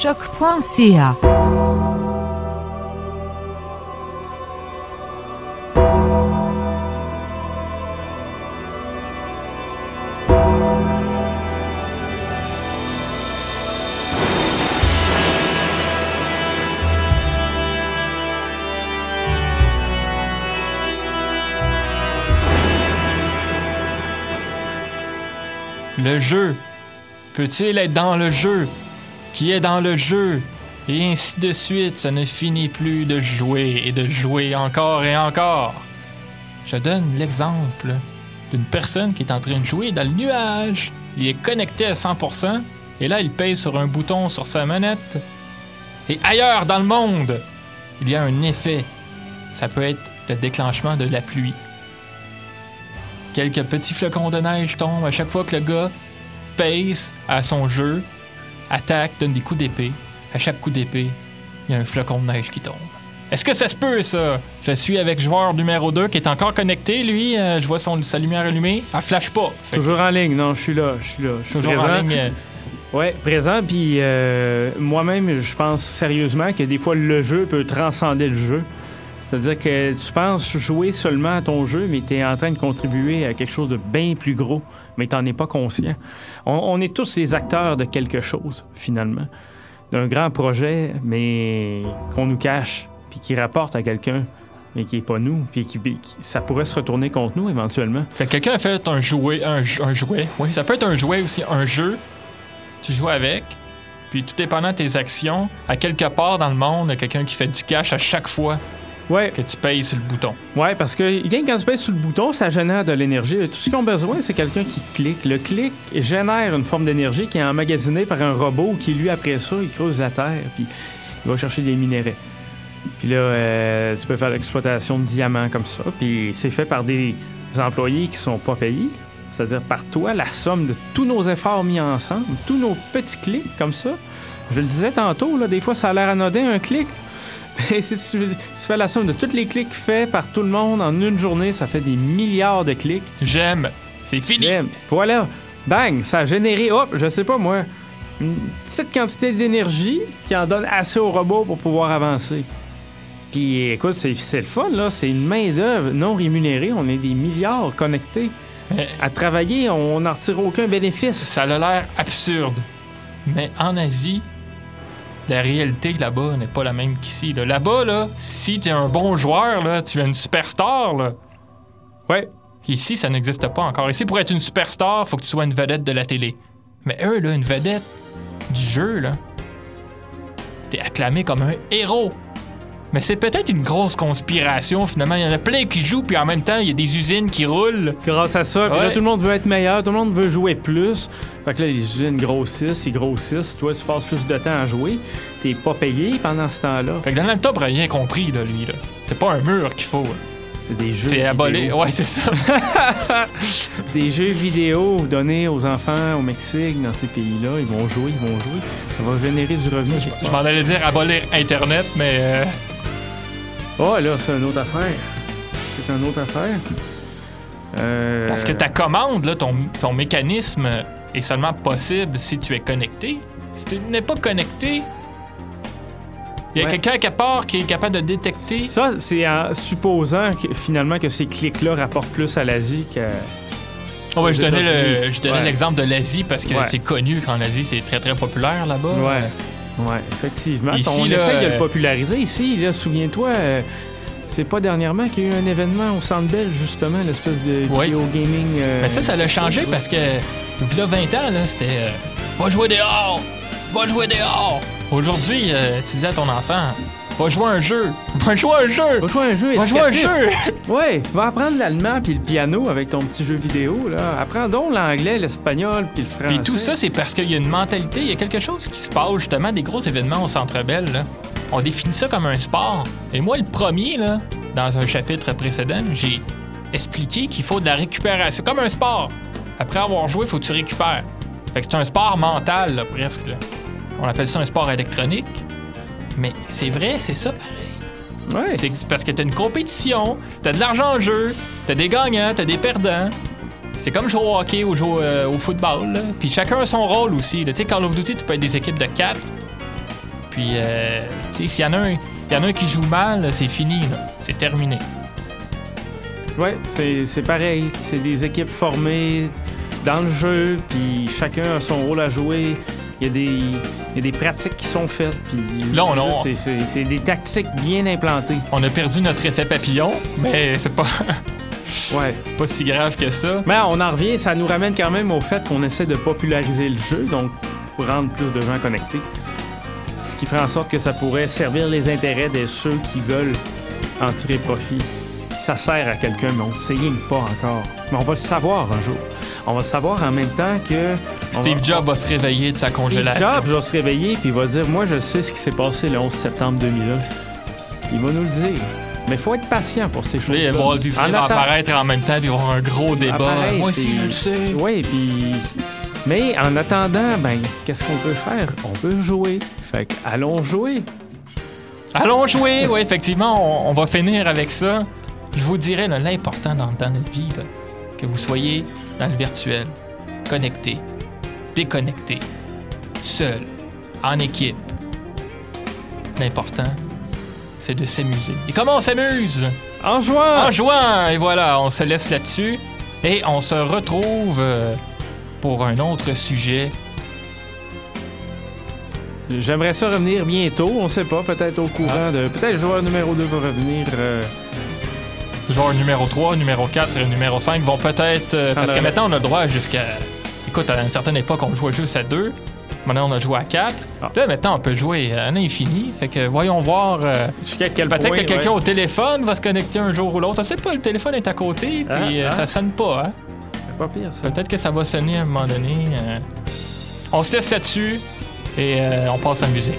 choc.ca. Le jeu. Peut-il être dans le jeu? Qui est dans le jeu? Et ainsi de suite, ça ne finit plus de jouer et de jouer encore et encore. Je donne l'exemple d'une personne qui est en train de jouer dans le nuage. Il est connecté à 100%, et là, il pèse sur un bouton sur sa manette. Et ailleurs dans le monde, il y a un effet. Ça peut être le déclenchement de la pluie. Quelques petits flocons de neige tombent à chaque fois que le gars pèse à son jeu, attaque, donne des coups d'épée. À chaque coup d'épée, il y a un flocon de neige qui tombe. Est-ce que ça se peut, ça? Je suis avec joueur numéro 2 qui est encore connecté, lui. Je vois sa lumière allumée. Elle flash pas. Toujours en ligne, non, je suis là. Je suis toujours présent. En ligne. Ouais, présent, puis moi-même, je pense sérieusement que des fois, le jeu peut transcender le jeu. C'est-à-dire que tu penses jouer seulement à ton jeu, mais tu es en train de contribuer à quelque chose de bien plus gros, mais tu n'en es pas conscient. On est tous les acteurs de quelque chose, finalement. D'un grand projet, mais qu'on nous cache, puis qui rapporte à quelqu'un, mais qui n'est pas nous, puis ça pourrait se retourner contre nous éventuellement. Fait que quelqu'un a fait un jouet. Oui, ça peut être un jouet aussi, un jeu. Tu joues avec, puis tout dépendant de tes actions, à quelque part dans le monde, il y a quelqu'un qui fait du cash à chaque fois. Ouais. Que tu payes sur le bouton. Ouais, parce que quand tu payes sur le bouton, ça génère de l'énergie. Tout ce qu'ils ont besoin, c'est quelqu'un qui clique. Le clic génère une forme d'énergie qui est emmagasinée par un robot qui, lui, après ça, il creuse la terre, puis il va chercher des minéraux. Puis là, tu peux faire l'exploitation de diamants comme ça. Puis c'est fait par des employés qui sont pas payés. C'est-à-dire par toi, la somme de tous nos efforts mis ensemble, tous nos petits clics comme ça. Je le disais tantôt, là, des fois, ça a l'air anodin, un clic. Et si tu fais la somme de tous les clics faits par tout le monde en une journée, ça fait des milliards de clics. J'aime. C'est fini. J'aime. Voilà. Bang! Ça a généré, je sais pas moi, une petite quantité d'énergie qui en donne assez au robot pour pouvoir avancer. Puis écoute, c'est le fun, là. C'est une main-d'œuvre non rémunérée. On est des milliards connectés. À travailler, on n'en retire aucun bénéfice. Ça a l'air absurde. Mais en Asie, la réalité là-bas n'est pas la même qu'ici. Là. Là-bas, là, si t'es un bon joueur, là, tu es une superstar. Là. Ouais. Ici, ça n'existe pas encore. Ici, pour être une superstar, faut que tu sois une vedette de la télé. Mais eux, là, une vedette du jeu, là, t'es acclamé comme un héros. Mais c'est peut-être une grosse conspiration, finalement. Il y en a plein qui jouent, puis en même temps, il y a des usines qui roulent. Grâce à ça, puis là, tout le monde veut être meilleur, tout le monde veut jouer plus. Fait que là, les usines grossissent, ils grossissent. Toi, tu passes plus de temps à jouer. T'es pas payé pendant ce temps-là. Fait que Donald Trump n'a rien compris, là, lui. Là. C'est pas un mur qu'il faut. C'est des jeux C'est abolir. Ouais, c'est ça. Des jeux vidéo donnés aux enfants au Mexique, dans ces pays-là. Ils vont jouer. Ça va générer du revenu. Je m'en allais dire abolir Internet, mais... Oh, là, c'est une autre affaire. Parce que ta commande, là, ton mécanisme est seulement possible si tu es connecté. Si tu n'es pas connecté, il y a quelqu'un quelque part qui est capable de détecter. Ça, c'est en supposant finalement que ces clics-là rapportent plus à l'Asie qu'à... Je donnais l'exemple de l'Asie parce que c'est connu qu'en Asie, c'est très, très populaire là-bas. Ouais, effectivement. Ici, on là, essaie de le populariser ici. Là, souviens-toi, c'est pas dernièrement qu'il y a eu un événement au Centre Bell, justement, l'espèce de vidéo gaming. Mais ça l'a changé parce que, il y a 20 ans, là, c'était va jouer dehors! Va jouer dehors! Aujourd'hui, tu dis à ton enfant, va jouer un jeu! Va jouer un jeu! Ouais, va apprendre l'allemand puis le piano avec ton petit jeu vidéo, là. Apprends donc l'anglais, l'espagnol puis le français. Puis tout ça, c'est parce qu'il y a une mentalité, il y a quelque chose qui se passe, justement, des gros événements au Centre Bell, là. On définit ça comme un sport. Et moi, le premier, là, dans un chapitre précédent, j'ai expliqué qu'il faut de la récupération, comme un sport. Après avoir joué, il faut que tu récupères. Fait que c'est un sport mental, là, presque, là. On appelle ça un sport électronique. Mais c'est vrai, c'est ça pareil. Ouais. C'est parce que t'as une compétition, t'as de l'argent en jeu, t'as des gagnants, t'as des perdants. C'est comme jouer au hockey ou jouer au football. Là. Puis chacun a son rôle aussi. Tu sais, Call of Duty, tu peux être des équipes de 4. Puis, tu sais, s'il y en a un qui joue mal, c'est fini, là. C'est terminé. Ouais, c'est pareil. C'est des équipes formées dans le jeu, puis chacun a son rôle à jouer. Il y a des pratiques qui sont faites, puis là, c'est des tactiques bien implantées. On a perdu notre effet papillon, mais c'est pas... Ouais. Pas si grave que ça. Mais on en revient, ça nous ramène quand même au fait qu'on essaie de populariser le jeu, donc pour rendre plus de gens connectés. Ce qui ferait en sorte que ça pourrait servir les intérêts de ceux qui veulent en tirer profit. Puis ça sert à quelqu'un, mais on ne sait pas encore. Mais on va le savoir un jour. On va le savoir en même temps que... Steve Jobs va se réveiller de sa congélation. Steve Jobs va se réveiller puis il va dire « Moi, je sais ce qui s'est passé le 11 septembre 2001. » Il va nous le dire. Mais il faut être patient pour ces choses-là. Là, Walt Disney va apparaître en même temps puis il va y avoir un gros débat. Moi aussi, je le sais. Oui, puis... Mais en attendant, ben, qu'est-ce qu'on peut faire? On peut jouer. Fait que, allons jouer. Allons jouer, oui, effectivement, on va finir avec ça. Je vous dirais là, l'important dans notre vie, là, que vous soyez dans le virtuel, connecté, déconnecté, seul, en équipe. L'important, c'est de s'amuser. Et comment on s'amuse? En jouant! En jouant! Et voilà, on se laisse là-dessus. Et on se retrouve pour un autre sujet. J'aimerais ça revenir bientôt, on sait pas, peut-être au courant de... Peut-être joueur numéro 2 va revenir... Joueur numéro 3, numéro 4 et numéro 5 vont peut-être... parce que maintenant, on a le droit jusqu'à... Écoute, à une certaine époque, on jouait juste à 2. Maintenant, on a joué à 4. Là, maintenant, on peut jouer à l'infini. Fait que voyons voir... Jusqu'à quel peut-être point, que quelqu'un au téléphone va se connecter un jour ou l'autre. On sait pas, le téléphone est à côté, puis ça sonne pas, hein? C'est pas pire, ça. Peut-être que ça va sonner à un moment donné. On se laisse là-dessus et on passe à la musique.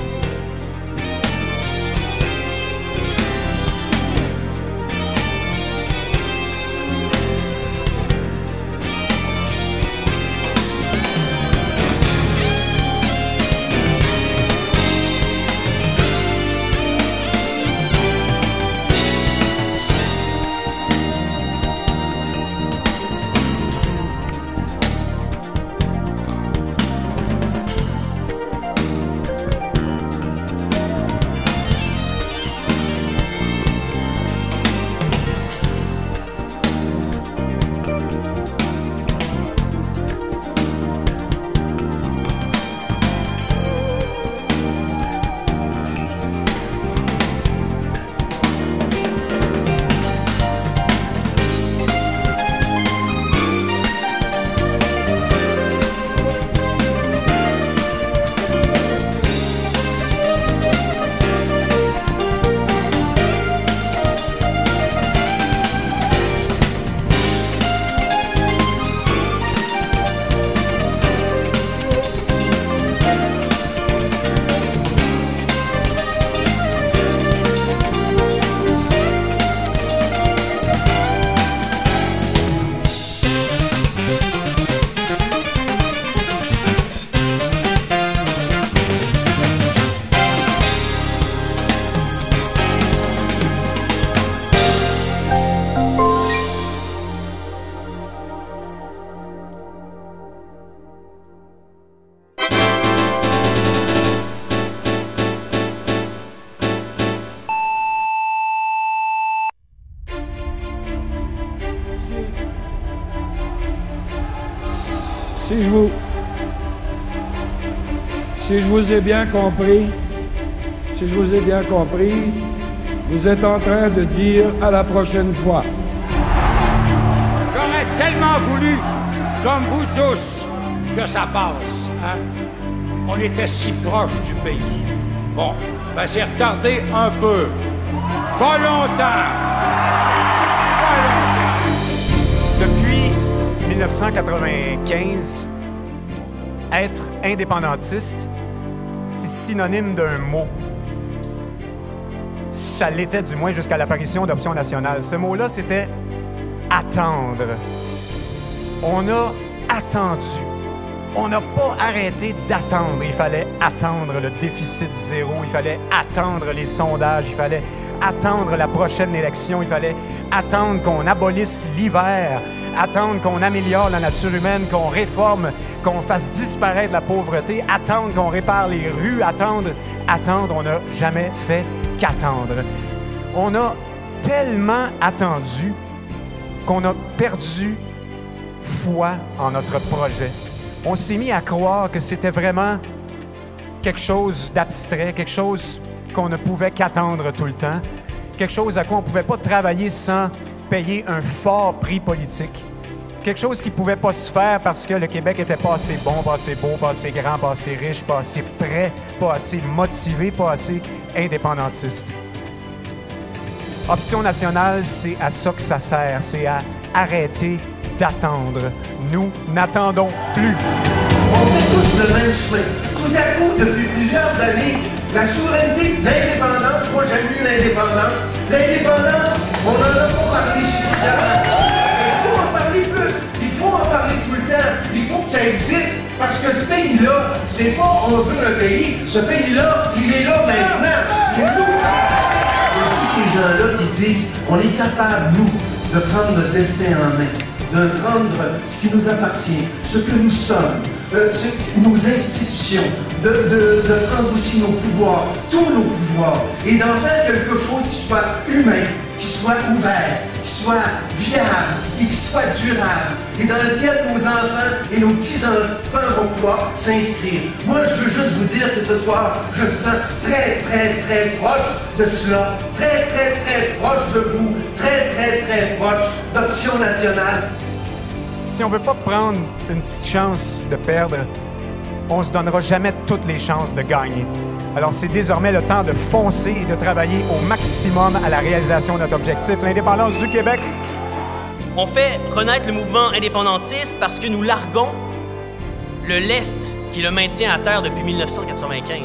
Si je vous ai bien compris, vous êtes en train de dire à la prochaine fois. J'aurais tellement voulu, comme vous tous, que ça passe. Hein? On était si proche du pays. Bon, ben c'est retardé un peu. Pas longtemps. Depuis 1995, être indépendantiste, c'est synonyme d'un mot. Ça l'était du moins jusqu'à l'apparition d'Option nationale. Ce mot-là, c'était « attendre ». On a attendu. On n'a pas arrêté d'attendre. Il fallait attendre le déficit zéro, il fallait attendre les sondages, il fallait attendre la prochaine élection, il fallait attendre qu'on abolisse l'hiver, attendre qu'on améliore la nature humaine, qu'on réforme, qu'on fasse disparaître la pauvreté, attendre qu'on répare les rues, attendre attendre, on n'a jamais fait qu'attendre. On a tellement attendu qu'on a perdu foi en notre projet. On s'est mis à croire que c'était vraiment quelque chose d'abstrait, quelque chose qu'on ne pouvait qu'attendre tout le temps, quelque chose à quoi on ne pouvait pas travailler sans payer un fort prix politique, quelque chose qui ne pouvait pas se faire parce que le Québec n'était pas assez bon, pas assez beau, pas assez grand, pas assez riche, pas assez prêt, pas assez motivé, pas assez indépendantiste. Option nationale, c'est à ça que ça sert, c'est à arrêter d'attendre. Nous n'attendons plus. On fait tous le même chemin. Tout à coup, depuis plusieurs années, la souveraineté, l'indépendance, moi j'aime mieux l'indépendance. L'indépendance, on n'en a pas parlé suffisamment. Il faut en parler plus, il faut en parler tout le temps. Il faut que ça existe, parce que ce pays-là, c'est pas on veut un pays, ce pays-là, il est là maintenant. Il est nous. Et tous ces gens-là qui disent, on est capable, nous, de prendre notre destin en main, de prendre ce qui nous appartient, ce que nous sommes, nos institutions, de prendre aussi nos pouvoirs, tous nos pouvoirs, et d'en faire quelque chose qui soit humain, qui soit ouvert, qui soit viable et qui soit durable, et dans lequel nos enfants et nos petits-enfants vont pouvoir s'inscrire. Moi, je veux juste vous dire que ce soir, je me sens très, très, très proche de cela, très, très, très proche de vous, très, très, très proche d'Option nationale. Si on ne veut pas prendre une petite chance de perdre, on ne se donnera jamais toutes les chances de gagner. Alors c'est désormais le temps de foncer et de travailler au maximum à la réalisation de notre objectif, l'indépendance du Québec. On fait renaître le mouvement indépendantiste parce que nous larguons le lest qui le maintient à terre depuis 1995.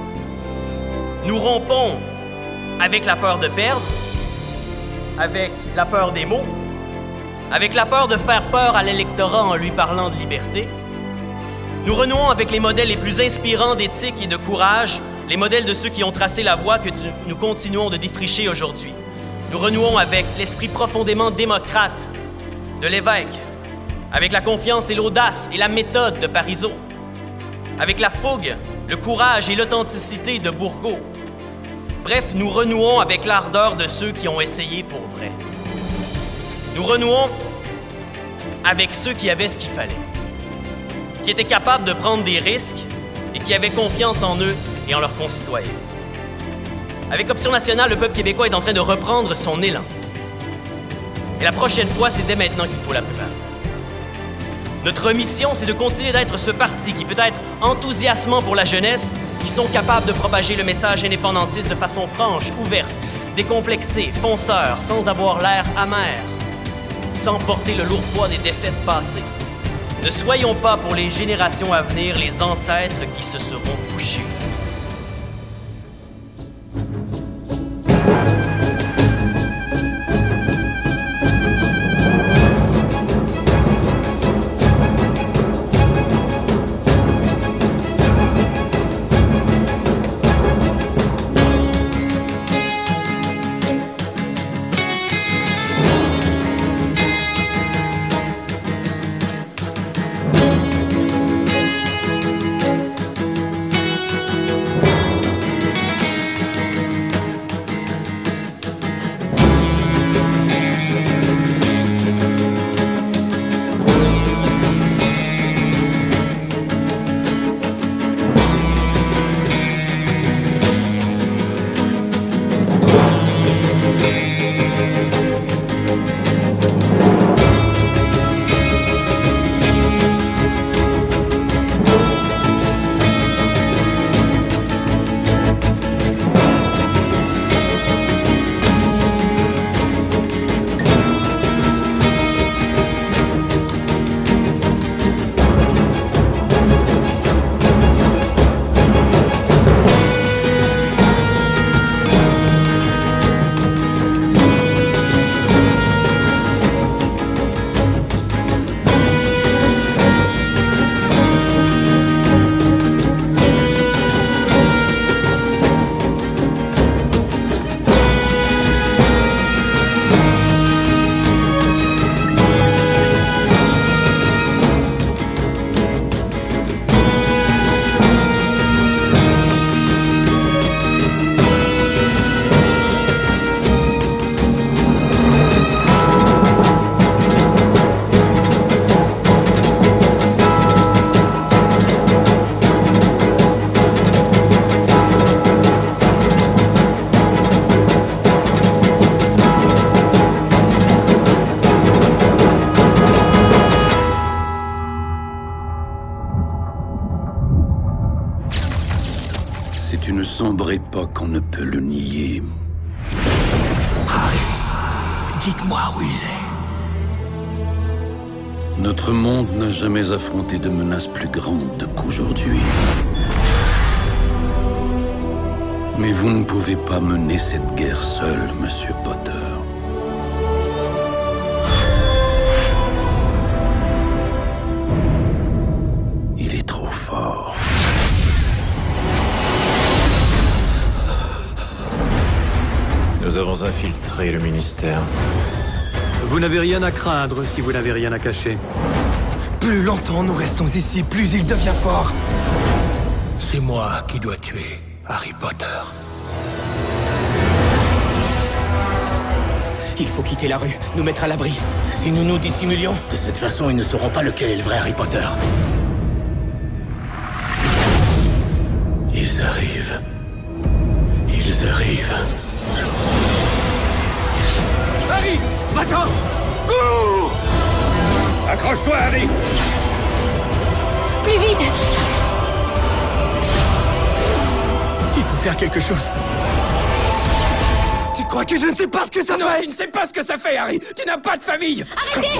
Nous rompons avec la peur de perdre, avec la peur des mots, avec la peur de faire peur à l'électorat en lui parlant de liberté. Nous renouons avec les modèles les plus inspirants d'éthique et de courage, les modèles de ceux qui ont tracé la voie que nous continuons de défricher aujourd'hui. Nous renouons avec l'esprit profondément démocrate de Lévesque, avec la confiance et l'audace et la méthode de Parizeau, avec la fougue, le courage et l'authenticité de Bourgault. Bref, nous renouons avec l'ardeur de ceux qui ont essayé pour vrai. Nous renouons avec ceux qui avaient ce qu'il fallait, qui étaient capables de prendre des risques et qui avaient confiance en eux et en leurs concitoyens. Avec Option nationale, le peuple québécois est en train de reprendre son élan. Et la prochaine fois, c'est dès maintenant qu'il faut la préparer. Notre mission, c'est de continuer d'être ce parti qui peut être enthousiasmant pour la jeunesse, qui sont capables de propager le message indépendantiste de façon franche, ouverte, décomplexée, fonceur, sans avoir l'air amer, sans porter le lourd poids des défaites passées. Ne soyons pas pour les générations à venir les ancêtres qui se seront couchés. pas qu'on ne peut le nier. Harry, dites-moi où il est. Notre monde n'a jamais affronté de menace plus grande qu'aujourd'hui. Mais vous ne pouvez pas mener cette guerre seul, Monsieur Potter. Il est trop fort. Nous avons infiltré le ministère. Vous n'avez rien à craindre si vous n'avez rien à cacher. Plus longtemps nous restons ici, plus il devient fort. C'est moi qui dois tuer Harry Potter. Il faut quitter la rue, nous mettre à l'abri. Si nous nous dissimulions, de cette façon, ils ne sauront pas lequel est le vrai Harry Potter. Ils arrivent. Ils arrivent. Harry, va-t'en! Cours! Accroche-toi, Harry! Plus vite! Il faut faire quelque chose. Tu crois que je ne sais pas ce que ça fait? Non, tu ne sais pas ce que ça fait, Harry! Tu n'as pas de famille! Arrêtez!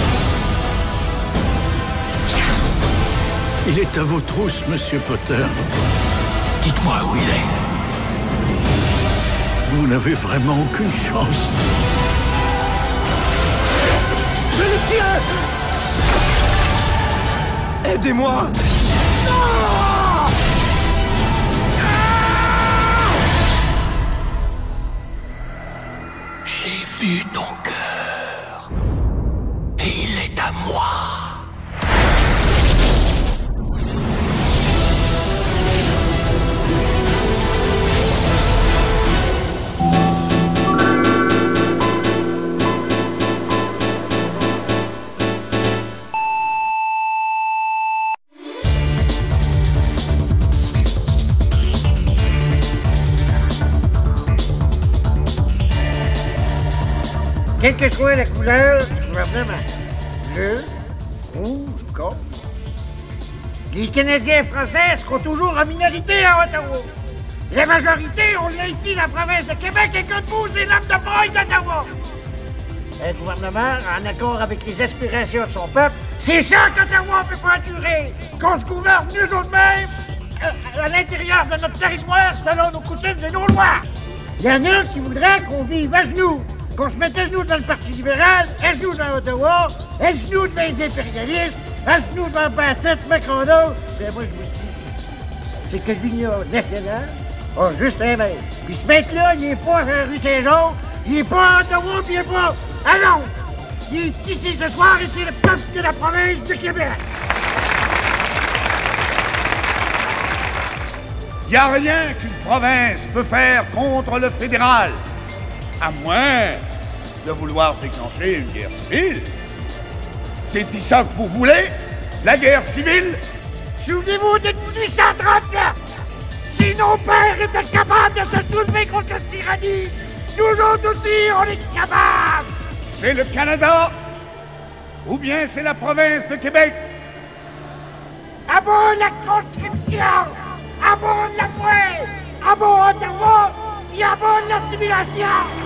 Il est à vos trousses, Monsieur Potter. Dites-moi où il est. Vous n'avez vraiment aucune chance. Je le tire! Aidez-moi! J'ai vu ton cœur. Et il est à moi. Quelle que soit la couleur du gouvernement, bleu, rouge ou gold, les Canadiens français seront toujours en minorité à Ottawa. La majorité, on l'a ici, la province de Québec, et que vous, c'est l'âme de paille d'Ottawa. Un gouvernement en accord avec les aspirations de son peuple, c'est ça qu'Ottawa ne peut pas durer. Qu'on se gouverne nous autres-mêmes à l'intérieur de notre territoire selon nos coutumes et nos lois. Il y en a qui voudraient qu'on vive à genoux. Qu'on se mette à genoux dans le Parti libéral, à genoux dans Ottawa, à genoux devant les impérialistes, à genoux devant Bassett, McConnell. Ben moi, je vous dis, c'est que l'Union nationale a juste un maire. Puis ce mec-là, il est pas à la rue Saint-Jean, il est pas à Ottawa, puis il est pas à Londres. Il est ici ce soir et c'est le peuple de la province de Québec. Il n'y a rien qu'une province peut faire contre le fédéral. À moins de vouloir déclencher une guerre civile. C'est ça que vous voulez? La guerre civile? Souvenez-vous de 1837! Si nos pères étaient capables de se soulever contre la tyrannie, nous autres aussi, on est capables! C'est le Canada? Ou bien c'est la province de Québec? À bon la conscription! À bon la poêle! À bon Ottawa! Et à bon l'assimilation!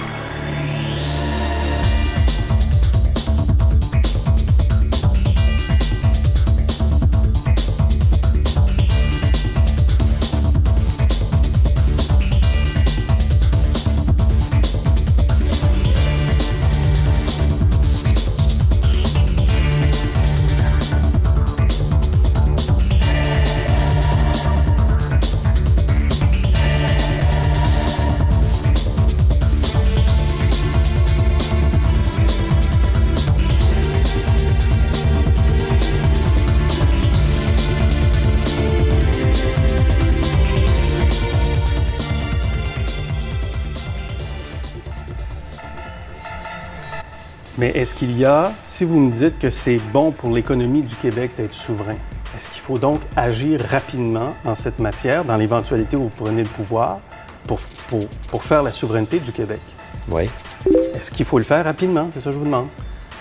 Mais est-ce qu'il y a, si vous me dites que c'est bon pour l'économie du Québec d'être souverain, est-ce qu'il faut donc agir rapidement en cette matière, dans l'éventualité où vous prenez le pouvoir, pour faire la souveraineté du Québec? Oui. Est-ce qu'il faut le faire rapidement? C'est ça que je vous demande.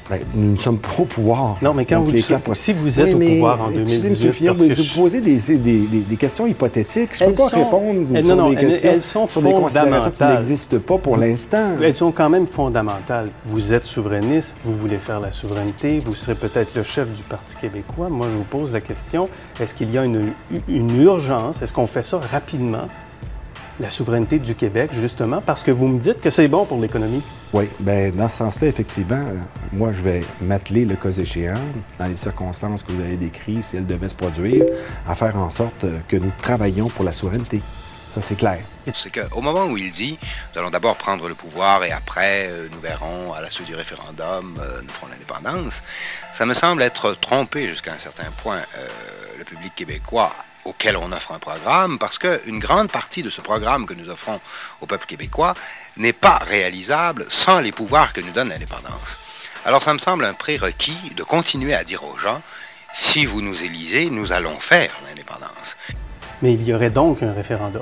Ben, nous ne sommes pas au pouvoir. Non, mais quand donc, vous dites ça, si vous êtes au pouvoir en 2018... Parce que vous posez des questions hypothétiques. Je ne peux pas répondre sur des questions elles sont sur des considérations qui fondamentales. n'existent pas pour l'instant. Elles sont quand même fondamentales. Vous êtes souverainiste, vous voulez faire la souveraineté, vous serez peut-être le chef du Parti québécois. Moi, je vous pose la question, est-ce qu'il y a une urgence? Est-ce qu'on fait ça rapidement? La souveraineté du Québec, justement, parce que vous me dites que c'est bon pour l'économie. Oui, bien, dans ce sens-là, effectivement, moi, je vais m'atteler, le cas échéant, dans les circonstances que vous avez décrites, si elles devaient se produire, à faire en sorte que nous travaillions pour la souveraineté. Ça, c'est clair. C'est qu'au moment où il dit « Nous allons d'abord prendre le pouvoir et après, nous verrons, à la suite du référendum, nous ferons l'indépendance », ça me semble être trompé jusqu'à un certain point le public québécois auquel on offre un programme, parce qu'une grande partie de ce programme que nous offrons au peuple québécois n'est pas réalisable sans les pouvoirs que nous donne l'indépendance. Alors ça me semble un prérequis de continuer à dire aux gens, si vous nous élisez, nous allons faire l'indépendance. Mais il y aurait donc un référendum.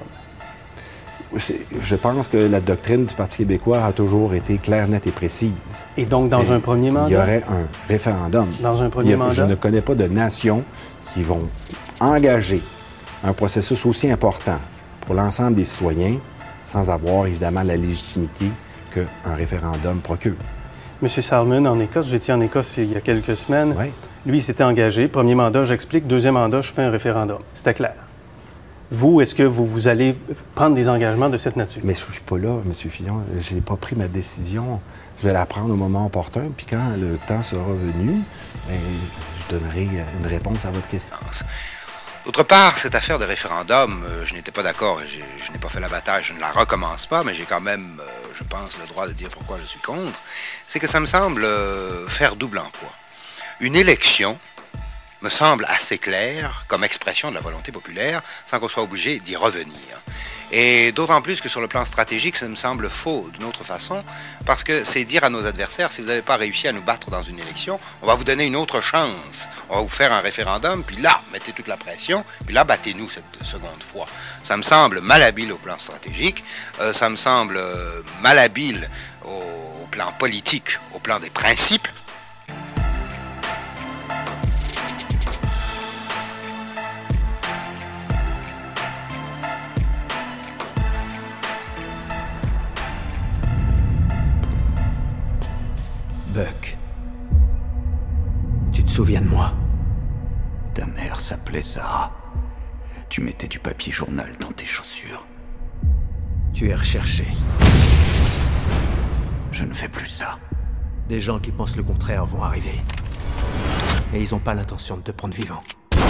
Je pense que la doctrine du Parti québécois a toujours été claire, nette et précise. Et donc, dans un premier mandat? Il y aurait un référendum. Dans un premier mandat? Je ne connais pas de nation qui vont engager un processus aussi important pour l'ensemble des citoyens sans avoir, évidemment, la légitimité qu'un référendum procure. M. Salmon, en Écosse, vous étiez en Écosse il y a quelques semaines. Oui. Lui, il s'était engagé. Premier mandat, j'explique. Deuxième mandat, je fais un référendum. C'était clair. Vous, est-ce que vous allez prendre des engagements de cette nature? Mais je ne suis pas là, M. Fillon. Je n'ai pas pris ma décision. Je vais la prendre au moment opportun. Puis quand le temps sera venu, bien, je donnerai une réponse à votre question. D'autre part, cette affaire de référendum, je n'étais pas d'accord et je n'ai pas fait la bataille, je ne la recommence pas, mais j'ai quand même, je pense, le droit de dire pourquoi je suis contre. C'est que ça me semble faire double emploi. Une élection me semble assez claire comme expression de la volonté populaire sans qu'on soit obligé d'y revenir. Et d'autant plus que sur le plan stratégique, ça me semble faux d'une autre façon, parce que c'est dire à nos adversaires, si vous n'avez pas réussi à nous battre dans une élection, on va vous donner une autre chance. On va vous faire un référendum, puis là, mettez toute la pression, puis là, battez-nous cette seconde fois. Ça me semble malhabile au plan stratégique, ça me semble malhabile au plan politique, au plan des principes. Buck, tu te souviens de moi? Ta mère s'appelait Sarah. Tu mettais du papier journal dans tes chaussures. Tu es recherché. Je ne fais plus ça. Des gens qui pensent le contraire vont arriver. Et ils n'ont pas l'intention de te prendre vivant.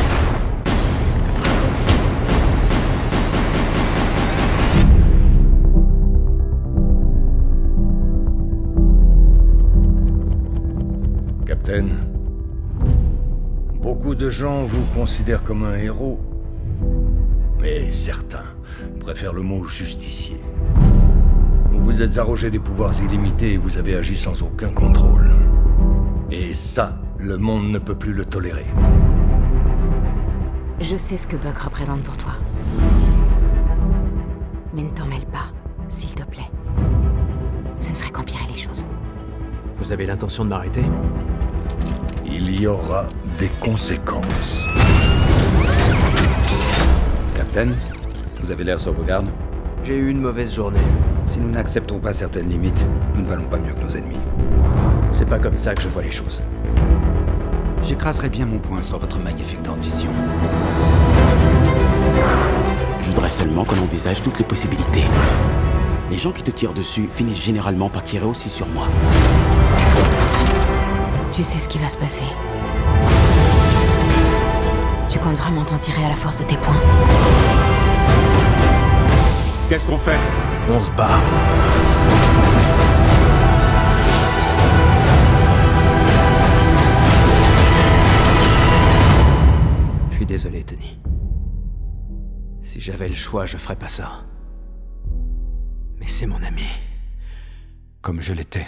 Capitaine, beaucoup de gens vous considèrent comme un héros, mais certains préfèrent le mot justicier. Vous vous êtes arrogé des pouvoirs illimités et vous avez agi sans aucun contrôle. Et ça, le monde ne peut plus le tolérer. Je sais ce que Buck représente pour toi. Mais ne t'en mêle pas, s'il te plaît. Ça ne ferait qu'empirer les choses. Vous avez l'intention de m'arrêter? Il y aura des conséquences. Capitaine, vous avez l'air sur vos gardes. J'ai eu une mauvaise journée. Si nous n'acceptons pas certaines limites, nous ne valons pas mieux que nos ennemis. C'est pas comme ça que je vois les choses. J'écraserai bien mon poing sur votre magnifique dentition. Je voudrais seulement qu'on envisage toutes les possibilités. Les gens qui te tirent dessus finissent généralement par tirer aussi sur moi. Tu sais ce qui va se passer. Tu comptes vraiment t'en tirer à la force de tes poings? Qu'est-ce qu'on fait? On se bat. Je suis désolé, Tony. Si j'avais le choix, je ferais pas ça. Mais c'est mon ami. Comme je l'étais.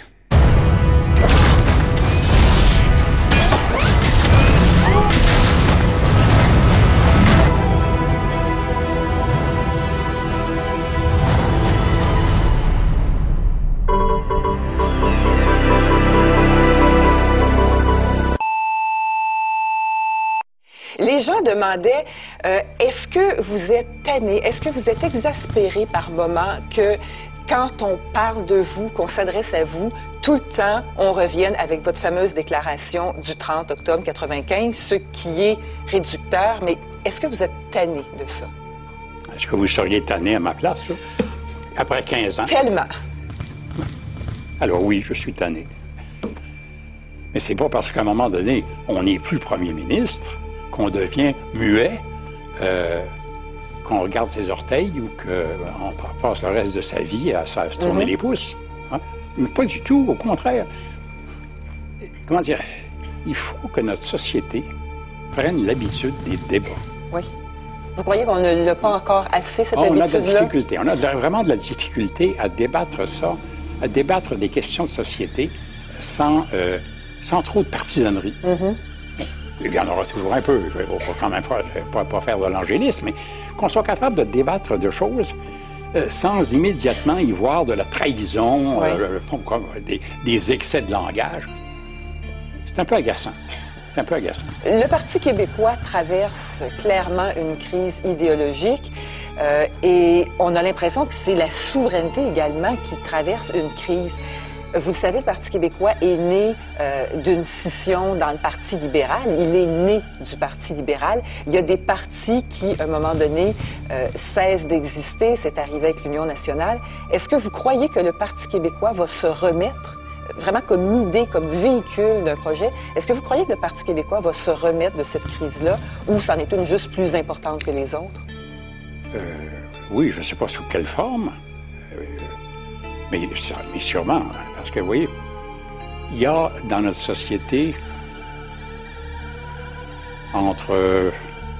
Québécois demandait est-ce que vous êtes tanné, est-ce que vous êtes exaspéré par moment que quand on parle de vous, qu'on s'adresse à vous, tout le temps, on revienne avec votre fameuse déclaration du 30 octobre 95, ce qui est réducteur, mais est-ce que vous êtes tanné de ça? Est-ce que vous seriez tanné à ma place, là? Après 15 ans? Tellement. Alors oui, je suis tanné. Mais c'est pas parce qu'à un moment donné, on n'est plus premier ministre, qu'on devient muet, qu'on regarde ses orteils ou qu'on passe le reste de sa vie à se tourner les pouces. Hein? Mais pas du tout, au contraire. Comment dire? Il faut que notre société prenne l'habitude des débats. Oui. Vous croyez qu'on ne l'a pas encore assez, cette habitude-là? On a de la difficulté. On a vraiment de la difficulté à débattre ça, à débattre des questions de société sans trop de partisanerie. Il y en aura toujours un peu. Il ne faut quand même pas faire de l'angélisme, mais qu'on soit capable de débattre de choses sans immédiatement y voir de la trahison, des excès de langage. C'est un peu agaçant. C'est un peu agaçant. Le Parti québécois traverse clairement une crise idéologique et on a l'impression que c'est la souveraineté également qui traverse une crise. Vous le savez, le Parti québécois est né d'une scission dans le Parti libéral. Il est né du Parti libéral. Il y a des partis qui, à un moment donné, cessent d'exister. C'est arrivé avec l'Union nationale. Est-ce que vous croyez que le Parti québécois va se remettre, vraiment comme idée, comme véhicule d'un projet, est-ce que vous croyez que le Parti québécois va se remettre de cette crise-là ou c'en est une juste plus importante que les autres? Oui, je ne sais pas sous quelle forme. Mais sûrement, parce que, vous voyez, il y a dans notre société entre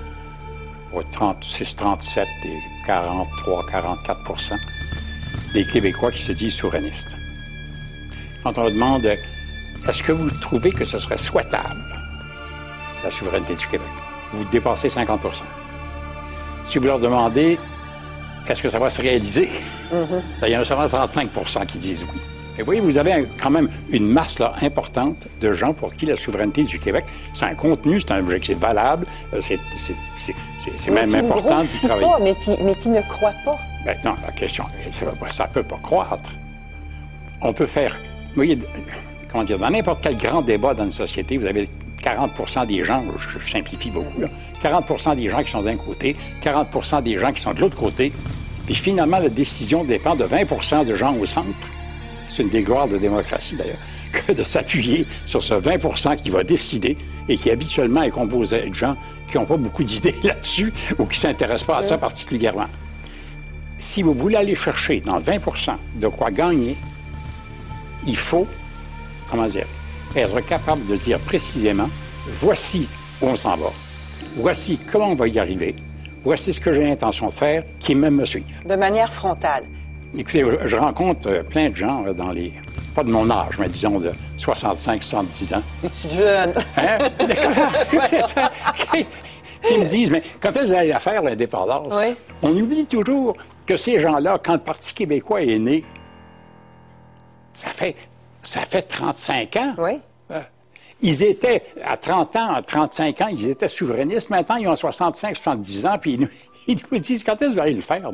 36, 37 et 43, 44% des Québécois qui se disent souverainistes. Quand on leur demande, est-ce que vous trouvez que ce serait souhaitable, la souveraineté du Québec? Vous dépassez 50%. Si vous leur demandez, est-ce que ça va se réaliser? Il y en a seulement 35% qui disent oui. Et vous voyez, vous avez quand même une masse là, importante de gens pour qui la souveraineté du Québec, c'est un contenu, c'est un objectif valable, c'est même important d'y travailler. Mais qui ne croient pas. Ben non, la question, ça ne peut pas croître. On peut faire, vous voyez, comment dire, dans n'importe quel grand débat dans une société, vous avez 40% des gens, je simplifie beaucoup, là, 40% des gens qui sont d'un côté, 40% des gens qui sont de l'autre côté, puis finalement, la décision dépend de 20% de gens au centre. C'est une des gloires de démocratie, d'ailleurs, que de s'appuyer sur ce 20% qui va décider et qui habituellement est composé de gens qui n'ont pas beaucoup d'idées là-dessus ou qui ne s'intéressent pas à ça particulièrement. Si vous voulez aller chercher dans 20% de quoi gagner, il faut, comment dire, être capable de dire précisément, voici où on s'en va, voici comment on va y arriver, voici ce que j'ai l'intention de faire, qui même me suivent. De manière frontale. Écoutez, je rencontre plein de gens dans les, pas de mon âge, mais disons de 65, 70 ans. Jeune. Hein? Qui me disent, mais quand est-ce que vous allez la faire, l'indépendance? Oui. On oublie toujours que ces gens-là, quand le Parti québécois est né, ça fait 35 ans. Oui. Ils étaient, à 30 ans, à 35 ans, ils étaient souverainistes. Maintenant, ils ont 65, 70 ans, puis ils nous disent, quand est-ce que vous allez le faire?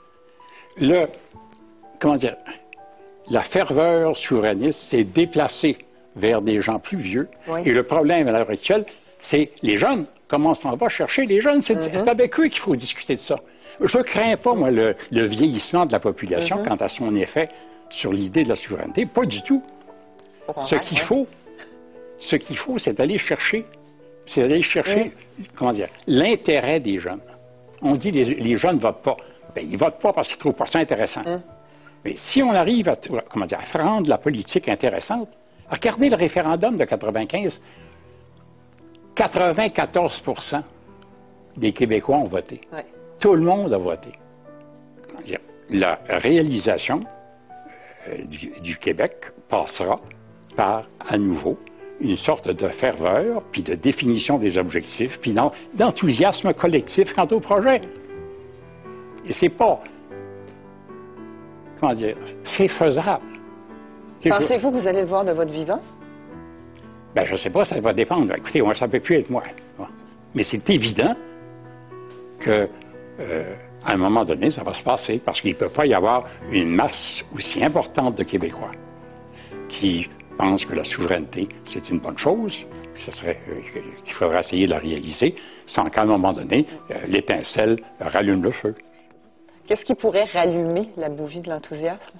Comment dire, la ferveur souverainiste s'est déplacée vers des gens plus vieux. Oui. Et le problème à l'heure actuelle, c'est les jeunes. Comment on s'en va chercher les jeunes? C'est avec eux qu'il faut discuter de ça. Je ne crains pas, moi, le vieillissement de la population quant à son effet sur l'idée de la souveraineté. Pas du tout. Ce qu'il faut, c'est d'aller chercher, comment dire, l'intérêt des jeunes. On dit les jeunes ne votent pas. Bien, ils ne votent pas parce qu'ils ne trouvent pas ça intéressant. Mais si on arrive à rendre la politique intéressante, regardez le référendum de 95. 94% des Québécois ont voté. Oui. Tout le monde a voté. La réalisation du Québec passera par, à nouveau, une sorte de ferveur, puis de définition des objectifs, puis d'enthousiasme collectif quant au projet. Et c'est pas... Comment dire? C'est faisable. Pensez-vous que vous allez le voir de votre vivant? Ben, je ne sais pas, ça va dépendre. Écoutez, ça ne peut plus être moi. Mais c'est évident que, à un moment donné, ça va se passer, parce qu'il ne peut pas y avoir une masse aussi importante de Québécois qui pensent que la souveraineté, c'est une bonne chose, qu'il faudra essayer de la réaliser, sans qu'à un moment donné, l'étincelle rallume le feu. Qu'est-ce qui pourrait rallumer la bougie de l'enthousiasme?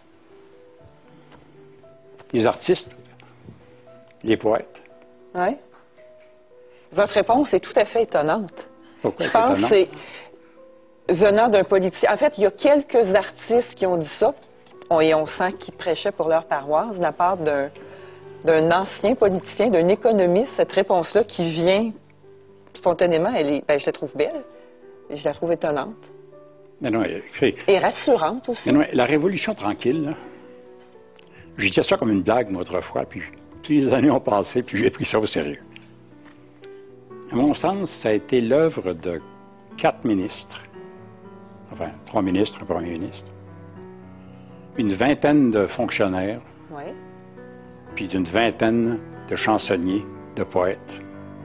Les artistes, les poètes. Oui. Votre réponse est tout à fait étonnante. Pourquoi je pense que c'est venant d'un politicien. En fait, il y a quelques artistes qui ont dit ça, et on sent qu'ils prêchaient pour leur paroisse, de la part d'un ancien politicien, d'un économiste. Cette réponse-là qui vient spontanément, je la trouve belle, et je la trouve étonnante. Mais non, et rassurante aussi. Mais non, la Révolution tranquille, là, j'ai dit ça comme une blague, moi, autrefois, puis toutes les années ont passé, puis j'ai pris ça au sérieux. À mon sens, ça a été l'œuvre de 4 ministres, enfin 3 ministres, un premier ministre, une vingtaine de fonctionnaires, puis d'une vingtaine de chansonniers, de poètes.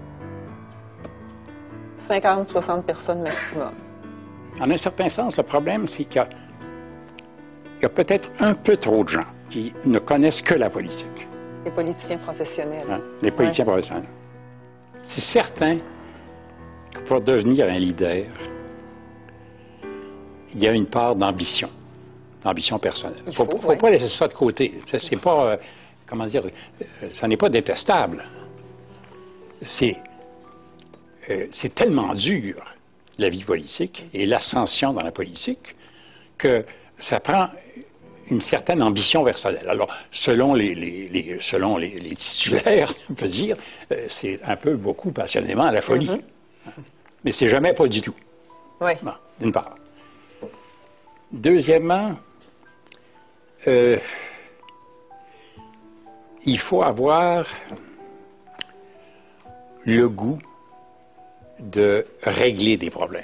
50-60 personnes maximum. En un certain sens, le problème, c'est qu'il y a peut-être un peu trop de gens qui ne connaissent que la politique. Les politiciens professionnels. Hein? Les politiciens professionnels. C'est certain que pour devenir un leader, il y a une part d'ambition personnelle. Il ne faut pas laisser ça de côté. C'est pas, comment dire, ça n'est pas détestable. C'est tellement dur, la vie politique et l'ascension dans la politique, que ça prend une certaine ambition personnelle. Alors, selon les titulaires, on peut dire, c'est un peu beaucoup passionnément à la folie. Mais c'est jamais pas du tout. Oui. Bon, d'une part. Deuxièmement, il faut avoir le goût de régler des problèmes.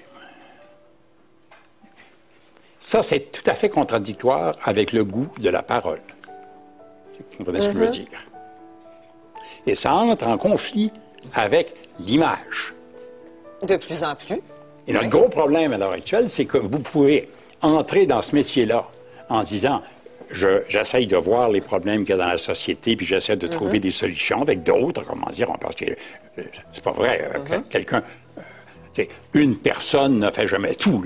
Ça, c'est tout à fait contradictoire avec le goût de la parole. Vous comprenez ce que je veux dire? Et ça entre en conflit avec l'image. De plus en plus. Et notre gros problème à l'heure actuelle, c'est que vous pouvez entrer dans ce métier-là en disant j'essaye de voir les problèmes qu'il y a dans la société, puis j'essaie de trouver des solutions avec d'autres, comment dire, parce que c'est pas vrai, quelqu'un, une personne ne fait jamais tout,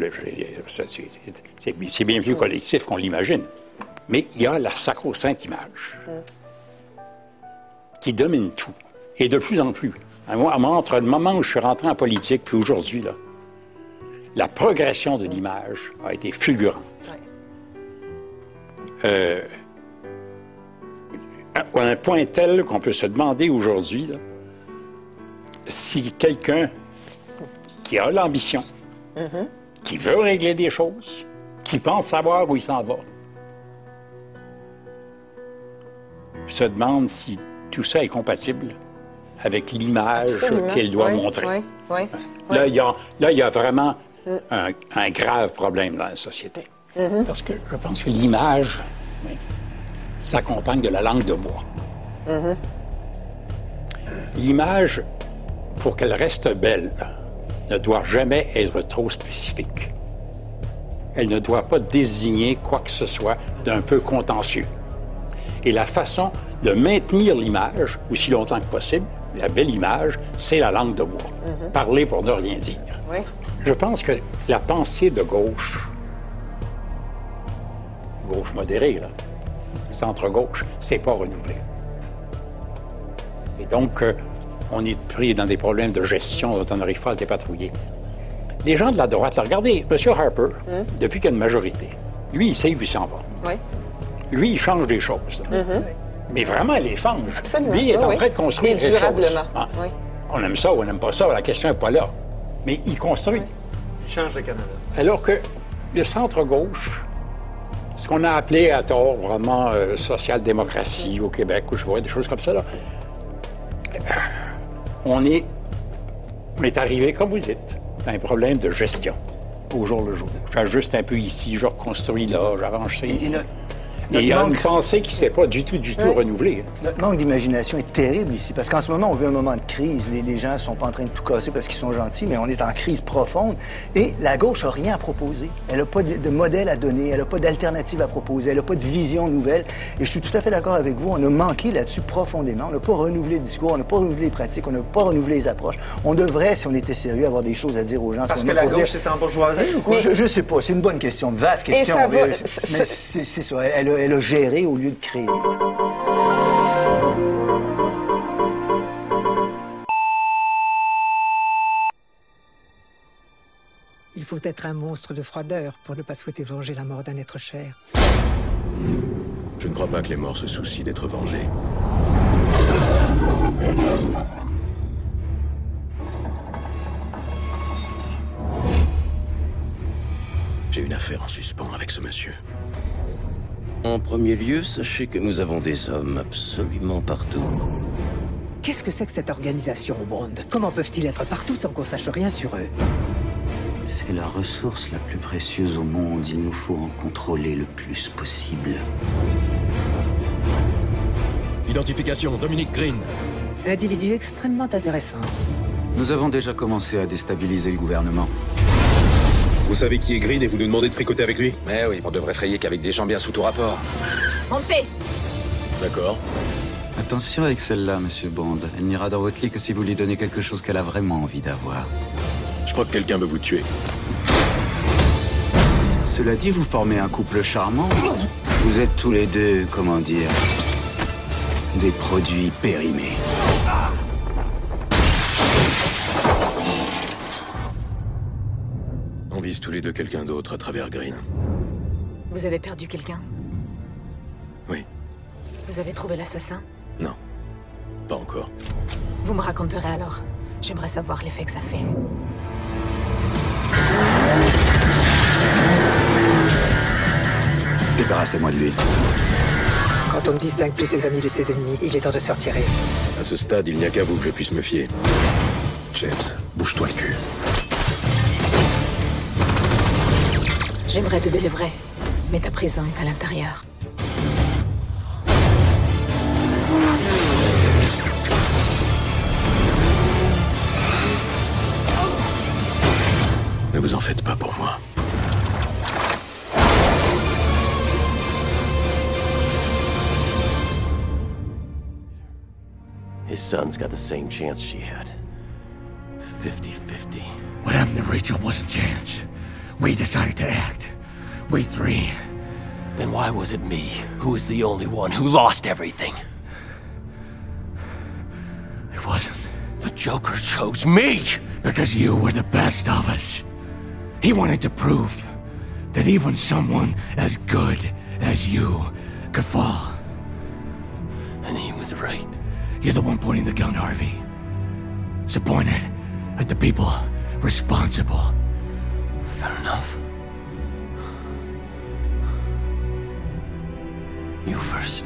c'est bien plus collectif qu'on l'imagine. Mais il y a la sacro-sainte image qui domine tout, et de plus en plus. Moi, entre le moment où je suis rentré en politique puis aujourd'hui, là, la progression de l'image a été fulgurante. À un point tel qu'on peut se demander aujourd'hui là, si quelqu'un qui a l'ambition, qui veut régler des choses, qui pense savoir où il s'en va, se demande si tout ça est compatible avec l'image qu'elle doit montrer. Là, il y a vraiment un grave problème dans la société. Parce que je pense que l'image s'accompagne de la langue de bois. L'image, pour qu'elle reste belle, ne doit jamais être trop spécifique. Elle ne doit pas désigner quoi que ce soit d'un peu contentieux. Et la façon de maintenir l'image, aussi longtemps que possible, la belle image, c'est la langue de bois. Parler pour ne rien dire. Je pense que la pensée de gauche modérée, là, centre-gauche, c'est pas renouvelé. Et donc, on est pris dans des problèmes de gestion dont on n'arrive pas à se dépatrouiller. Les gens de la droite, là, regardez, M. Harper, depuis qu'il y a une majorité, lui, il sait où il s'en va. Lui, il change des choses. Mais vraiment, il les change. Absolument. Lui, il est en train de construire quelque chose. Durablement. On aime ça ou on n'aime pas ça, la question n'est pas là. Mais il construit. Il change le Canada. Alors que le centre-gauche, ce qu'on a appelé à tort vraiment social-démocratie au Québec, ou je vois des choses comme ça, là, on est arrivé, comme vous dites, à un problème de gestion, au jour le jour. J'ajuste un peu ici, je reconstruis là, j'arrange ça ici. Et il y a une pensée qui ne s'est pas du tout renouvelée. Notre manque d'imagination est terrible ici, parce qu'en ce moment, on vit un moment de crise. Les gens ne sont pas en train de tout casser parce qu'ils sont gentils, mais on est en crise profonde. Et la gauche n'a rien à proposer. Elle n'a pas de modèle à donner, elle n'a pas d'alternative à proposer, elle n'a pas de vision nouvelle. Et je suis tout à fait d'accord avec vous, on a manqué là-dessus profondément. On n'a pas renouvelé le discours, on n'a pas renouvelé les pratiques, on n'a pas renouvelé les approches. On devrait, si on était sérieux, avoir des choses à dire aux gens. Parce que la gauche est embourgeoisée ou quoi? Je sais pas, c'est une bonne question, une vaste question. Mais c'est ça, elle a géré au lieu de créer. Il faut être un monstre de froideur pour ne pas souhaiter venger la mort d'un être cher. Je ne crois pas que les morts se soucient d'être vengés. J'ai une affaire en suspens avec ce monsieur. En premier lieu, sachez que nous avons des hommes absolument partout. Qu'est-ce que c'est que cette organisation, Brond? Comment peuvent-ils être partout sans qu'on sache rien sur eux? C'est la ressource la plus précieuse au monde. Il nous faut en contrôler le plus possible. Identification, Dominic Green. Individu extrêmement intéressant. Nous avons déjà commencé à déstabiliser le gouvernement. Vous savez qui est Green et vous nous demandez de fricoter avec lui? Mais oui, on devrait frayer qu'avec des gens bien sous tout rapport. Montez! D'accord. Attention avec celle-là, monsieur Bond. Elle n'ira dans votre lit que si vous lui donnez quelque chose qu'elle a vraiment envie d'avoir. Je crois que quelqu'un veut vous tuer. Cela dit, vous formez un couple charmant. Vous êtes tous les deux, comment dire, des produits périmés. On vise tous les deux quelqu'un d'autre à travers Green. Vous avez perdu quelqu'un? Oui. Vous avez trouvé l'assassin? Non. Pas encore. Vous me raconterez alors. J'aimerais savoir l'effet que ça fait. Débarrassez-moi de lui. Quand on ne distingue plus ses amis de ses ennemis, il est temps de se retirer. À ce stade, il n'y a qu'à vous que je puisse me fier. James, bouge-toi le cul. J'aimerais te délivrer, mais ta prison est à l'intérieur. Ne vous en faites pas pour moi. His son's got the same chance she had. 50-50. What happened to Rachel wasn't chance. We decided to act. We three. Then why was it me who was the only one who lost everything? It wasn't. The Joker chose me! Because you were the best of us. He wanted to prove that even someone as good as you could fall. And he was right. You're the one pointing the gun, Harvey. So point it at the people responsible. Fair enough. You first.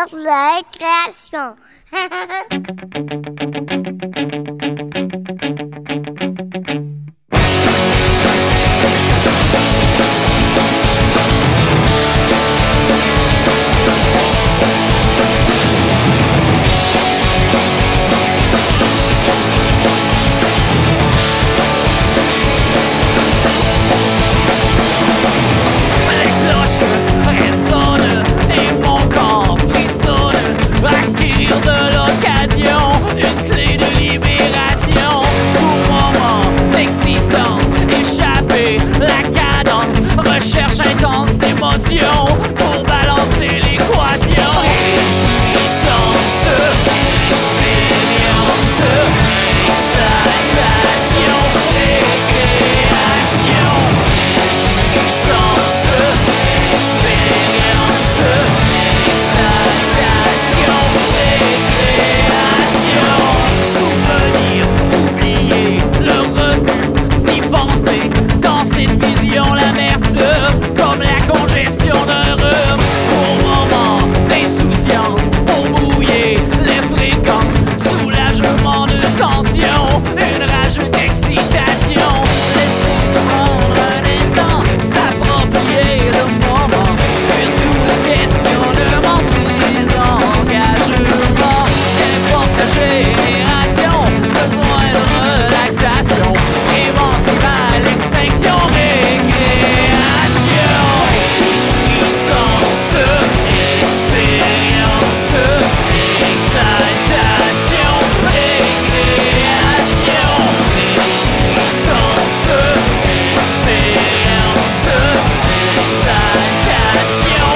découverte de la création. Résonne et mon corps frissonne. Acquérir de l'occasion une clé de libération. Pour moment d'existence, échapper la cadence. Recherche intense d'émotion pour balancer l'équation. Réjouissance, expérience, exaltation, récréation. Réjouissance, expérience, exaltation, récréation. Souvenir, oublier, le refus d'y penser. Dans cette vision, l'amertume, comme la congestion d'un rhume. Pour moment d'insouciance, pour brouiller les fréquences. Soulagement de tension, une rage d'excitation. Laissez prendre un instant, s'approprier le moment. Puis tous les questionnements, pris engagement. Qu'importe la génération, besoin de relaxation. Préventive à l'extinction, récréation. Réjouissance, expérience, exaltation, récréation. Réjouissance, expérience, exaltation,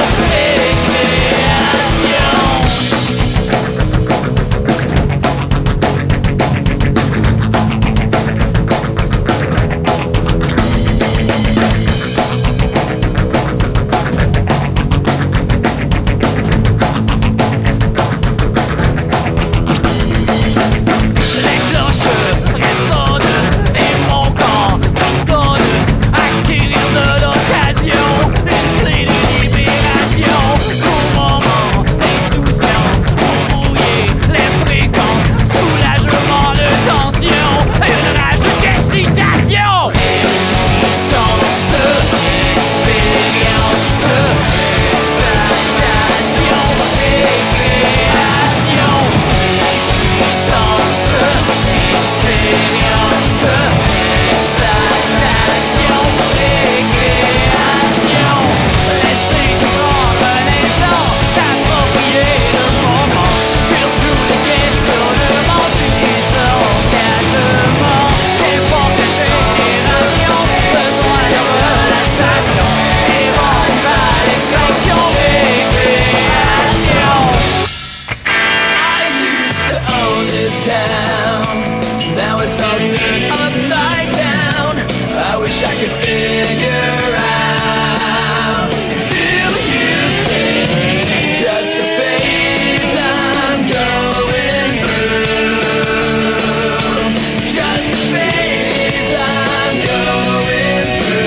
les cloches résonnent et mon corps frissonne. Acquérir de l'occasion une clé de libération. Pour moment d'insouciance, pour brouiller les fréquences. Soulagement de tension, une rage d'excitation. Réjouissance, expérience, exaltation, récréation. Réjouissance, expérience, exaltation, récréation. Laissez prendre un instant, s'approprier le moment. Fuir tous les questionnements, puis engagement. Qu'importe la génération, besoin de relaxation. Préventive à l'extinction, récréation. I used to own this town. Now it's all turned upside down. I wish I could figure out. Do you think it's just a phase I'm going through? Just a phase I'm going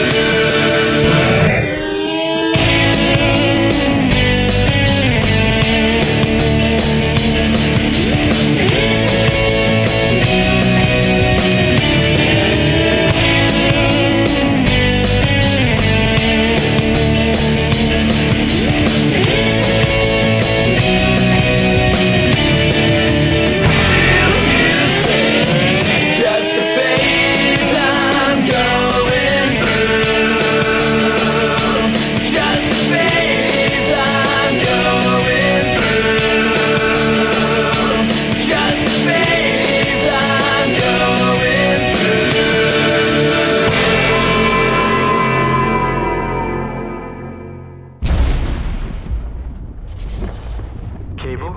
It's just a phase I'm going through. Just a phase I'm going through. Just a phase I'm going through. Cable?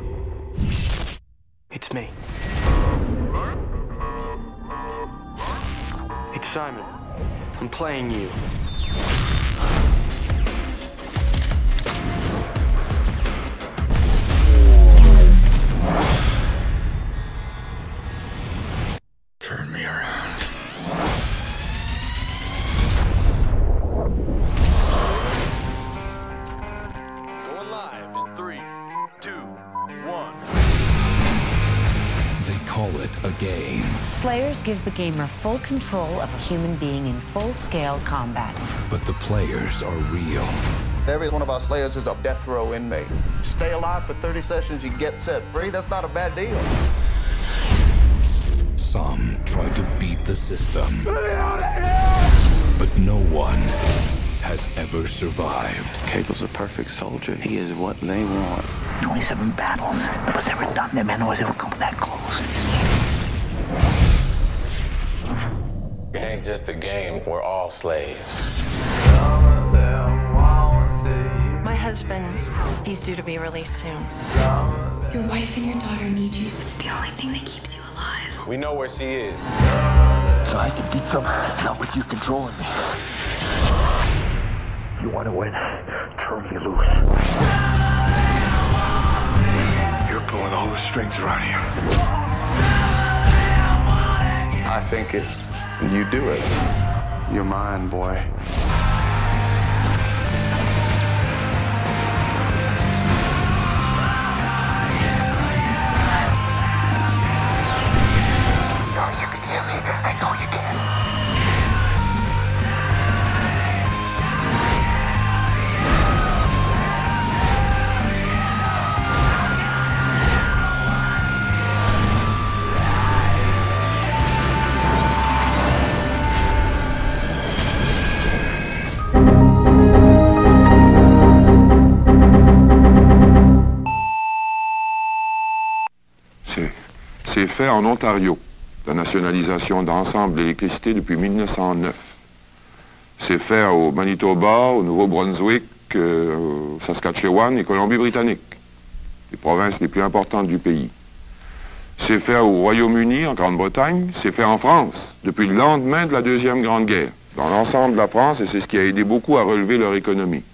It's me. It's Simon. I'm playing you. Turn me around. Going live in 3, game. Slayers gives the gamer full control of a human being in full-scale combat. But the players are real. Every one of our Slayers is a death row inmate. Stay alive for 30 sessions, you get set free. That's not a bad deal. Some try to beat the system. But no one has ever survived. Cable's a perfect soldier. He is what they want. 27 battles. That was ever done. No man has ever come that close. It ain't just a game. We're all slaves. My husband, he's due to be released soon. Your wife and your daughter need you. It's the only thing that keeps you alive. We know where she is. So I can beat them, not with you controlling me. You want to win? Turn me loose. You're pulling all the strings around here. I think it. You do it. You're mine, boy. You can hear me. I know you can. C'est fait en Ontario, la nationalisation d'ensemble de l'électricité depuis 1909. C'est fait au Manitoba, au Nouveau-Brunswick, au Saskatchewan et Colombie-Britannique, les provinces les plus importantes du pays. C'est fait au Royaume-Uni, en Grande-Bretagne, c'est fait en France, depuis le lendemain de la Deuxième Grande Guerre, dans l'ensemble de la France, et c'est ce qui a aidé beaucoup à relever leur économie.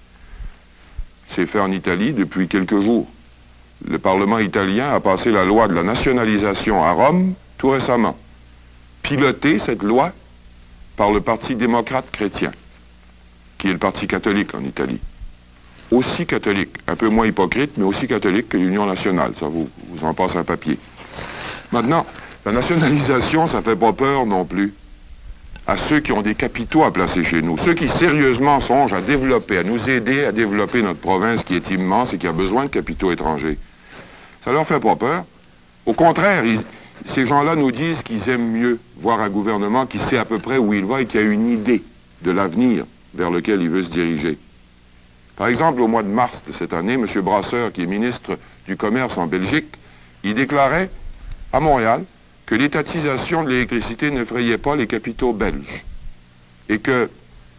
C'est fait en Italie depuis quelques jours. Le Parlement italien a passé la loi de la nationalisation à Rome tout récemment. Pilotée, cette loi, par le Parti démocrate chrétien, qui est le parti catholique en Italie. Aussi catholique, un peu moins hypocrite, mais aussi catholique que l'Union nationale. Ça vous en passe un papier. Maintenant, la nationalisation, ça fait pas peur non plus à ceux qui ont des capitaux à placer chez nous, ceux qui sérieusement songent à développer, à nous aider à développer notre province qui est immense et qui a besoin de capitaux étrangers. Ça leur fait pas peur. Au contraire, ces gens-là nous disent qu'ils aiment mieux voir un gouvernement qui sait à peu près où il va et qui a une idée de l'avenir vers lequel il veut se diriger. Par exemple, au mois de mars de cette année, M. Brasseur, qui est ministre du Commerce en Belgique, il déclarait à Montréal que l'étatisation de l'électricité n'effrayait pas les capitaux belges et que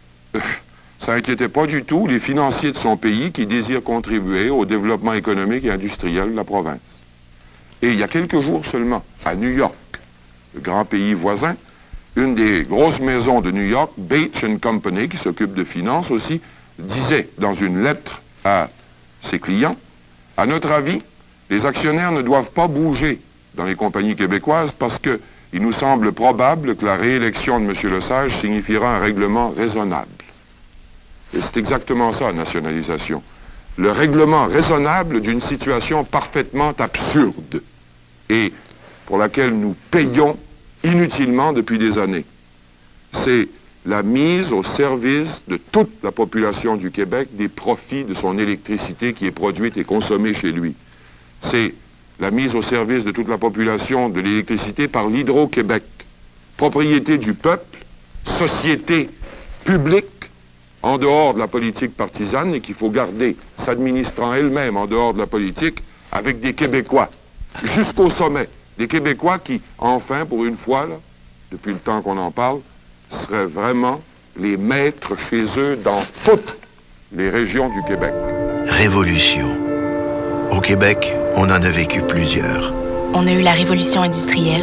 ça n'inquiétait pas du tout les financiers de son pays qui désirent contribuer au développement économique et industriel de la province. Et il y a quelques jours seulement, à New York, le grand pays voisin, une des grosses maisons de New York, Bates & Company, qui s'occupe de finances aussi, disait dans une lettre à ses clients, à notre avis, les actionnaires ne doivent pas bouger dans les compagnies québécoises parce qu'il nous semble probable que la réélection de M. Lesage signifiera un règlement raisonnable. Et c'est exactement ça, la nationalisation. Le règlement raisonnable d'une situation parfaitement absurde et pour laquelle nous payons inutilement depuis des années. C'est la mise au service de toute la population du Québec des profits de son électricité qui est produite et consommée chez lui. C'est la mise au service de toute la population de l'électricité par l'Hydro-Québec. Propriété du peuple, société publique, en dehors de la politique partisane et qu'il faut garder, s'administrant elle-même en dehors de la politique, avec des Québécois, jusqu'au sommet. Des Québécois qui, enfin, pour une fois, là, depuis le temps qu'on en parle, seraient vraiment les maîtres chez eux dans toutes les régions du Québec. Révolution. Au Québec, on en a vécu plusieurs. On a eu la révolution industrielle,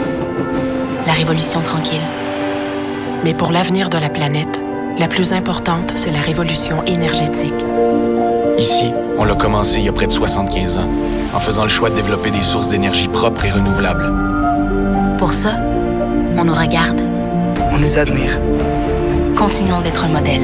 la révolution tranquille. Mais pour l'avenir de la planète, la plus importante, c'est la révolution énergétique. Ici, on l'a commencé il y a près de 75 ans, en faisant le choix de développer des sources d'énergie propres et renouvelables. Pour ça, on nous regarde. On nous admire. Continuons d'être un modèle.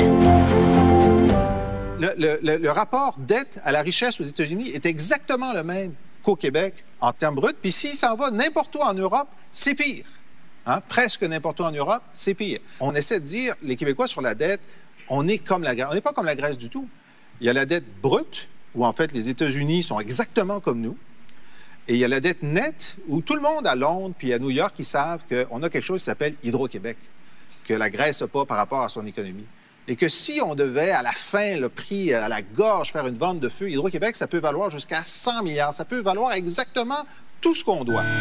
Le rapport dette à la richesse aux États-Unis est exactement le même qu'au Québec en termes bruts. Puis s'il s'en va n'importe où en Europe, c'est pire. Hein? Presque n'importe où en Europe, c'est pire. On essaie de dire, les Québécois sur la dette, on est comme la Grèce. On n'est pas comme la Grèce du tout. Il y a la dette brute, où en fait les États-Unis sont exactement comme nous. Et il y a la dette nette, où tout le monde à Londres puis à New York, ils savent qu'on a quelque chose qui s'appelle Hydro-Québec, que la Grèce n'a pas par rapport à son économie. Et que si on devait, à la fin, le prix à la gorge, faire une vente de feu, Hydro-Québec, ça peut valoir jusqu'à 100 milliards. Ça peut valoir exactement tout ce qu'on doit.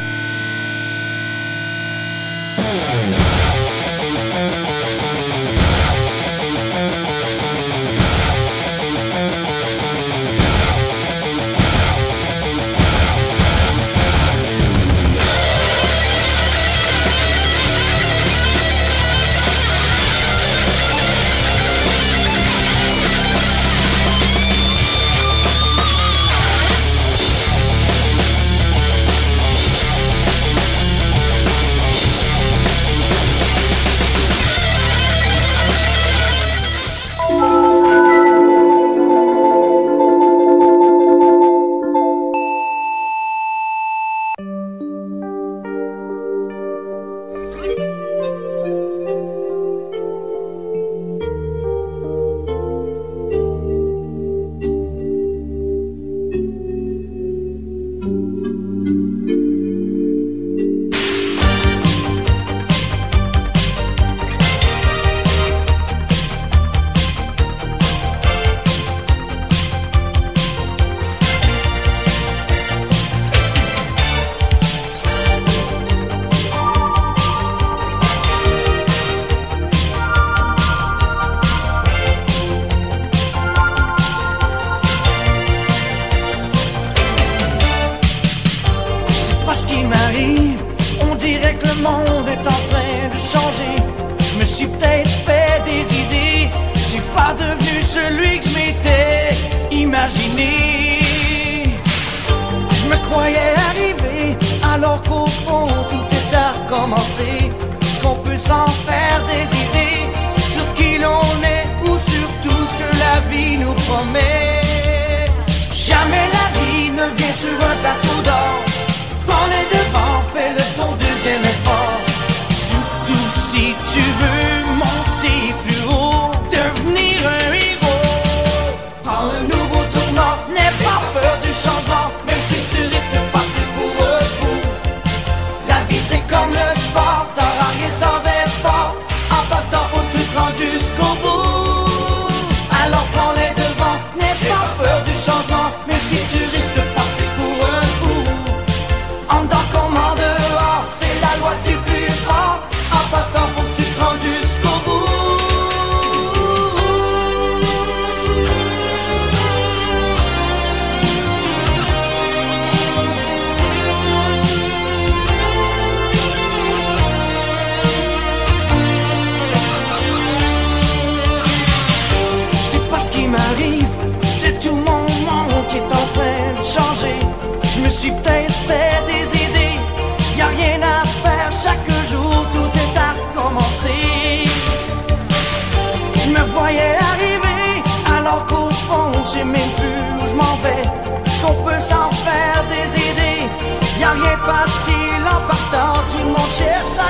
J'ai même plus où je m'en vais. Est-ce qu'on peut s'en faire des idées? Y'a rien de facile en partant, tout le monde cherche